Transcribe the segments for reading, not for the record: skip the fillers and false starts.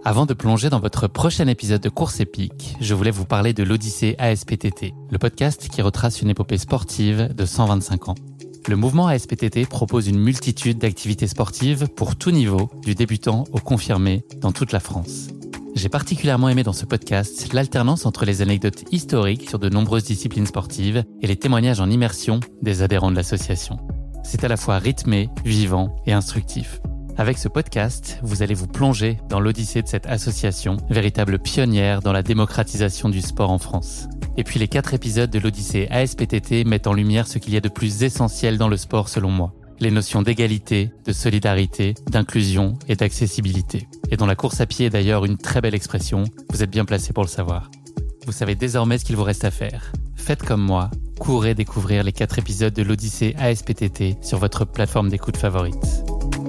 Avant de plonger dans votre prochain épisode de Course épique, je voulais vous parler de l'Odyssée ASPTT, le podcast qui retrace une épopée sportive de 125 ans. Le mouvement ASPTT propose une multitude d'activités sportives pour tout niveau, du débutant au confirmé, dans toute la France. J'ai particulièrement aimé dans ce podcast l'alternance entre les anecdotes historiques sur de nombreuses disciplines sportives et les témoignages en immersion des adhérents de l'association. C'est à la fois rythmé, vivant et instructif. Avec ce podcast, vous allez vous plonger dans l'odyssée de cette association, véritable pionnière dans la démocratisation du sport en France. Et puis les 4 épisodes de l'Odyssée ASPTT mettent en lumière ce qu'il y a de plus essentiel dans le sport selon moi. Les notions d'égalité, de solidarité, d'inclusion et d'accessibilité. Et dont la course à pied est d'ailleurs une très belle expression, vous êtes bien placé pour le savoir. Vous savez désormais ce qu'il vous reste à faire. Faites comme moi, courez découvrir les 4 épisodes de l'Odyssée ASPTT sur votre plateforme d'écoute favorite.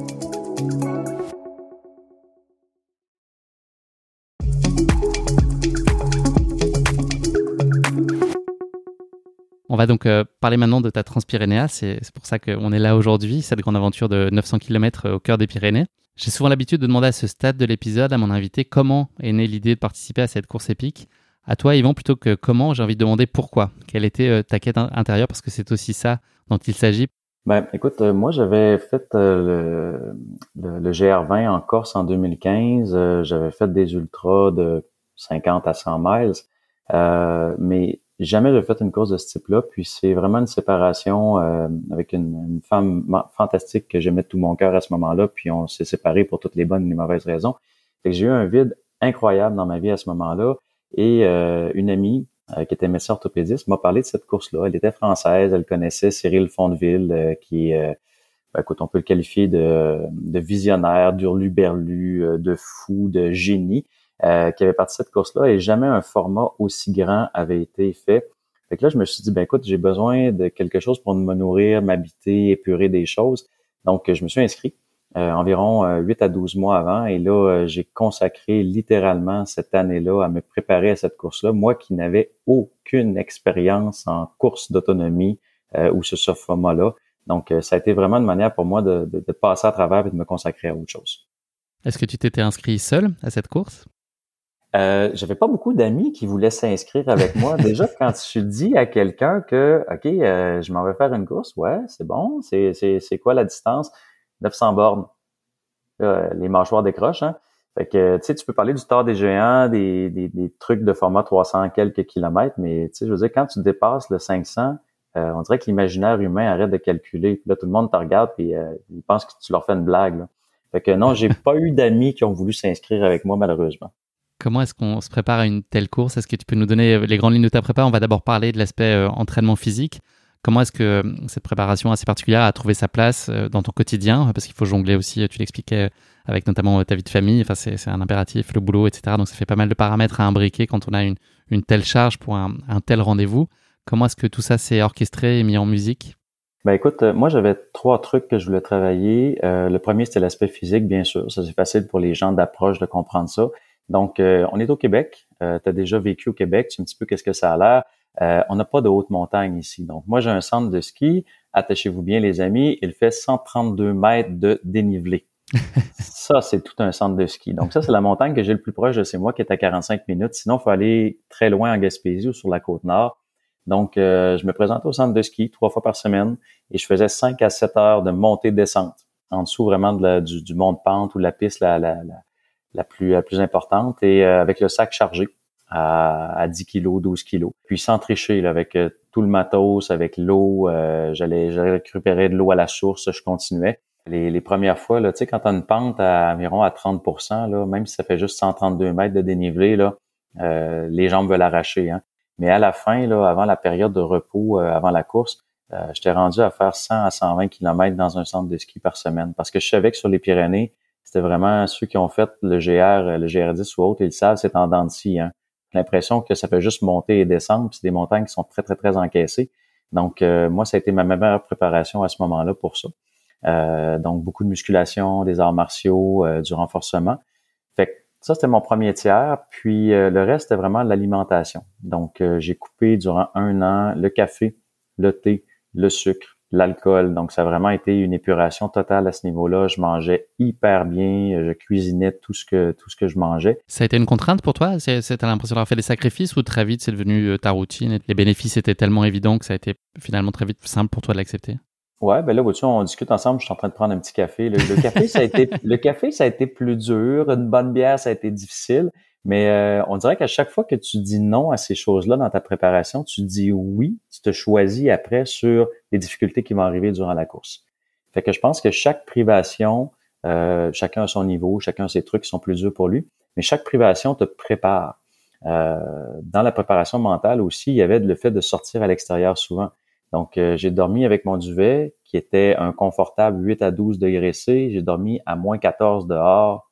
On va donc parler maintenant de ta Transpyrénéa, c'est pour ça qu'on est là aujourd'hui, cette grande aventure de 900 km au cœur des Pyrénées. J'ai souvent l'habitude de demander à ce stade de l'épisode à mon invité comment est née l'idée de participer à cette course épique. À toi Yvan, plutôt que comment, j'ai envie de demander pourquoi. Quelle était ta quête intérieure, parce que c'est aussi ça dont il s'agit. Écoute, moi j'avais fait le GR20 en Corse en 2015. J'avais fait des ultras de 50 à 100 miles, mais jamais j'ai fait une course de ce type-là. Puis c'est vraiment une séparation avec une femme fantastique que j'aimais de tout mon cœur à ce moment-là. Puis on s'est séparés pour toutes les bonnes et les mauvaises raisons. Fait que j'ai eu un vide incroyable dans ma vie à ce moment-là. Et une amie qui était médecin orthopédiste, m'a parlé de cette course-là. Elle était française, elle connaissait Cyril Fondeville, qui est, écoute, on peut le qualifier de visionnaire, d'hurluberlu, de fou, de génie, qui avait parti de cette course-là, et jamais un format aussi grand avait été fait. Fait que là, je me suis dit, écoute, j'ai besoin de quelque chose pour me nourrir, m'habiter, épurer des choses. Donc, je me suis inscrit. Environ 8 à 12 mois avant. Et là, j'ai consacré littéralement cette année-là à me préparer à cette course-là. Moi qui n'avais aucune expérience en course d'autonomie ou sur ce format-là. Donc, ça a été vraiment une manière pour moi de passer à travers et de me consacrer à autre chose. Est-ce que tu t'étais inscrit seul à cette course? J'avais pas beaucoup d'amis qui voulaient s'inscrire avec moi. Déjà, quand tu dis à quelqu'un que, OK, je m'en vais faire une course, ouais, c'est bon. C'est quoi la distance? 900 bornes. Là, les mâchoires décrochent, hein. Fait que, tu sais, tu peux parler du Tour des géants, des trucs de format 300 quelques kilomètres, mais, tu sais, je veux dire, quand tu dépasses le 500, on dirait que l'imaginaire humain arrête de calculer. Puis là, tout le monde te regarde puis ils pensent que tu leur fais une blague, là. Fait que non, j'ai pas eu d'amis qui ont voulu s'inscrire avec moi, malheureusement. Comment est-ce qu'on se prépare à une telle course? Est-ce que tu peux nous donner les grandes lignes de ta prépa? On va d'abord parler de l'aspect entraînement physique. Comment est-ce que cette préparation assez particulière a trouvé sa place dans ton quotidien? Parce qu'il faut jongler aussi, tu l'expliquais, avec notamment ta vie de famille. Enfin, c'est un impératif, le boulot, etc. Donc, ça fait pas mal de paramètres à imbriquer quand on a une telle charge pour un tel rendez-vous. Comment est-ce que tout ça s'est orchestré et mis en musique? Écoute, moi, j'avais 3 trucs que je voulais travailler. Le premier, c'était l'aspect physique, bien sûr. Ça, c'est facile pour les gens d'approche de comprendre ça. Donc, on est au Québec. Tu as déjà vécu au Québec. Tu sais un petit peu qu'est-ce que ça a l'air. On n'a pas de haute montagne ici. Donc, moi, j'ai un centre de ski. Attachez-vous bien, les amis. Il fait 132 mètres de dénivelé. Ça, c'est tout un centre de ski. Donc, ça, c'est la montagne que j'ai le plus proche de chez moi, qui est à 45 minutes. Sinon, il faut aller très loin en Gaspésie ou sur la Côte-Nord. Donc, je me présentais au centre de ski 3 fois par semaine et je faisais 5 à 7 heures de montée-descente. En dessous, vraiment, du mont de pente ou de la piste la plus importante, et avec le sac chargé à 10 kilos, 12 kilos. Puis sans tricher, là, avec tout le matos, avec l'eau, j'allais récupérer de l'eau à la source, je continuais. Les premières fois, là, tu sais, quand tu as une pente à environ à 30%, là, même si ça fait juste 132 mètres de dénivelé, là, les jambes veulent arracher, hein. Mais à la fin, là, avant la période de repos, avant la course, j'étais rendu à faire 100 à 120 km dans un centre de ski par semaine. Parce que je savais que sur les Pyrénées, c'était vraiment ceux qui ont fait le GR10 ou autre, ils le savent, c'est en dents de scie, hein. J'ai l'impression que ça fait juste monter et descendre, puis c'est des montagnes qui sont très, très, très encaissées. Donc, moi, ça a été ma meilleure préparation à ce moment-là pour ça. Donc, beaucoup de musculation, des arts martiaux, du renforcement. Fait que ça, c'était mon premier tiers. Puis, le reste, c'était vraiment l'alimentation. Donc, j'ai coupé durant 1 an le café, le thé, le sucre, l'alcool. Donc, ça a vraiment été une épuration totale à ce niveau-là. Je mangeais hyper bien, je cuisinais tout ce que je mangeais. Ça a été une contrainte pour toi? T'as l'impression d'avoir fait des sacrifices ou très vite c'est devenu ta routine et les bénéfices étaient tellement évidents que ça a été finalement très vite simple pour toi de l'accepter? Ouais, ben là, vois-tu, on discute ensemble, je suis en train de prendre un petit café. Le café, ça a été plus dur. Une bonne bière, ça a été difficile. Mais on dirait qu'à chaque fois que tu dis non à ces choses-là dans ta préparation, tu dis oui, tu te choisis après sur les difficultés qui vont arriver durant la course. Fait que je pense que chaque privation, chacun a son niveau, chacun a ses trucs qui sont plus durs pour lui, mais chaque privation te prépare. Dans la préparation mentale aussi, il y avait le fait de sortir à l'extérieur souvent. Donc, j'ai dormi avec mon duvet qui était un confortable 8 à 12 degrés C. J'ai dormi à moins 14 dehors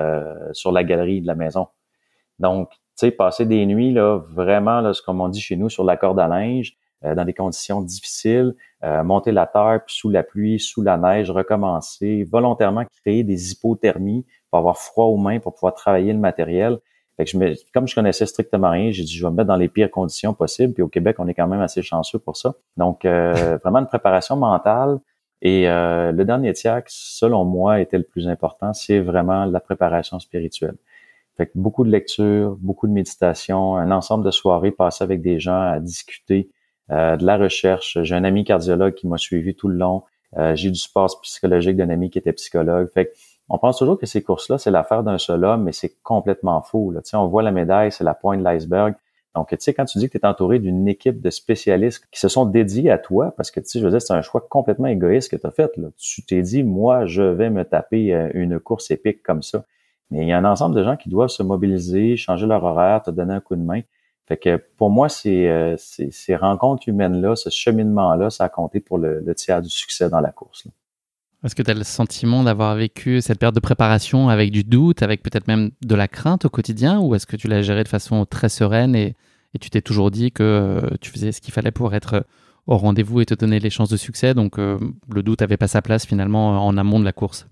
sur la galerie de la maison. Donc, tu sais, passer des nuits, là, vraiment, là, comme on dit chez nous, sur la corde à linge, dans des conditions difficiles, monter la tarpe sous la pluie, sous la neige, recommencer, volontairement créer des hypothermies pour avoir froid aux mains, pour pouvoir travailler le matériel. Fait que comme je connaissais strictement rien, j'ai dit, je vais me mettre dans les pires conditions possibles. Puis au Québec, on est quand même assez chanceux pour ça. Donc, vraiment une préparation mentale. Et le dernier tiers, selon moi, était le plus important, c'est vraiment la préparation spirituelle. Fait que beaucoup de lecture, beaucoup de méditation, un ensemble de soirées passées avec des gens à discuter, de la recherche. J'ai un ami cardiologue qui m'a suivi tout le long. J'ai eu du support psychologique d'un ami qui était psychologue. Fait que on pense toujours que ces courses-là, c'est l'affaire d'un seul homme, mais c'est complètement faux. Là. Tu sais, on voit la médaille, c'est la pointe de l'iceberg. Donc, tu sais, quand tu dis que tu es entouré d'une équipe de spécialistes qui se sont dédiés à toi, parce que, tu sais, je veux dire, c'est un choix complètement égoïste que tu as fait. Là. Tu t'es dit, moi, je vais me taper une course épique comme ça. Mais il y a un ensemble de gens qui doivent se mobiliser, changer leur horaire, te donner un coup de main. Fait que pour moi, ces rencontres humaines-là, ce cheminement-là, ça a compté pour le tiers du succès dans la course. Là. Est-ce que tu as le sentiment d'avoir vécu cette période de préparation avec du doute, avec peut-être même de la crainte au quotidien, ou est-ce que tu l'as géré de façon très sereine et tu t'es toujours dit que tu faisais ce qu'il fallait pour être au rendez-vous et te donner les chances de succès, donc le doute n'avait pas sa place finalement en amont de la course?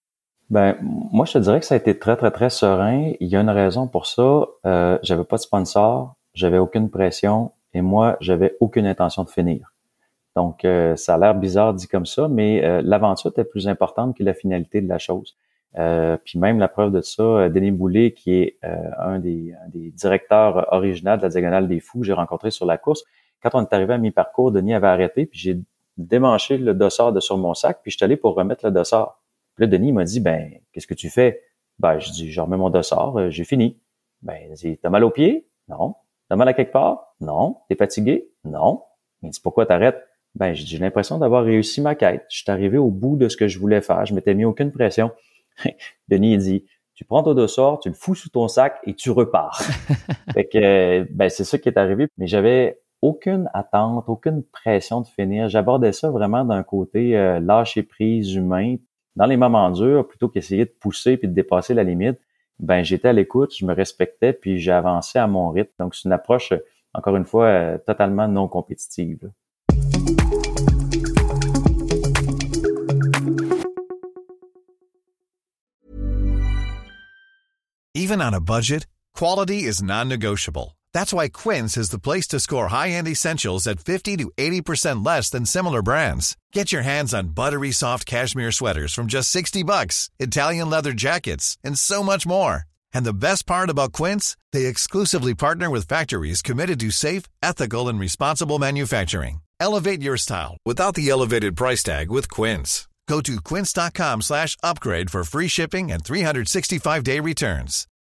Ben, moi, je te dirais que ça a été très, très, très serein. Il y a une raison pour ça. J'avais pas de sponsor, j'avais aucune pression et moi, j'avais aucune intention de finir. Donc, ça a l'air bizarre dit comme ça, mais l'aventure était plus importante que la finalité de la chose. Puis même la preuve de ça, Denis Boulet, qui est un des directeurs originaux de la Diagonale des Fous que j'ai rencontré sur la course, quand on est arrivé à mi-parcours, Denis avait arrêté, puis j'ai démanché le dossard de sur mon sac, puis je suis allé pour remettre le dossard. Puis là, Denis m'a dit, ben, qu'est-ce que tu fais? Ben, je dis, je remets mon dossard, j'ai fini. Ben, il dit, t'as mal aux pieds? Non. T'as mal à quelque part? Non. T'es fatigué? Non. Il dit, pourquoi t'arrêtes? Ben, j'ai l'impression d'avoir réussi ma quête. Je suis arrivé au bout de ce que je voulais faire. Je m'étais mis aucune pression. Denis, il dit, tu prends ton dossard, tu le fous sous ton sac et tu repars. Fait que, ben, c'est ça qui est arrivé. Mais j'avais aucune attente, aucune pression de finir. J'abordais ça vraiment d'un côté lâcher prise humain. Dans les moments durs, plutôt qu'essayer de pousser puis de dépasser la limite, ben, j'étais à l'écoute, je me respectais puis j'ai avancé à mon rythme. Donc, c'est une approche, encore une fois, totalement non compétitive, là. Even on a budget, quality is non-negotiable. That's why Quince is the place to score high-end essentials at 50 to 80% less than similar brands. Get your hands on buttery soft cashmere sweaters from just $60, Italian leather jackets, and so much more. And the best part about Quince, they exclusively partner with factories committed to safe, ethical, and responsible manufacturing. Elevate your style without the elevated price tag with Quince. Go to quince.com/upgrade for free shipping and 365-day returns.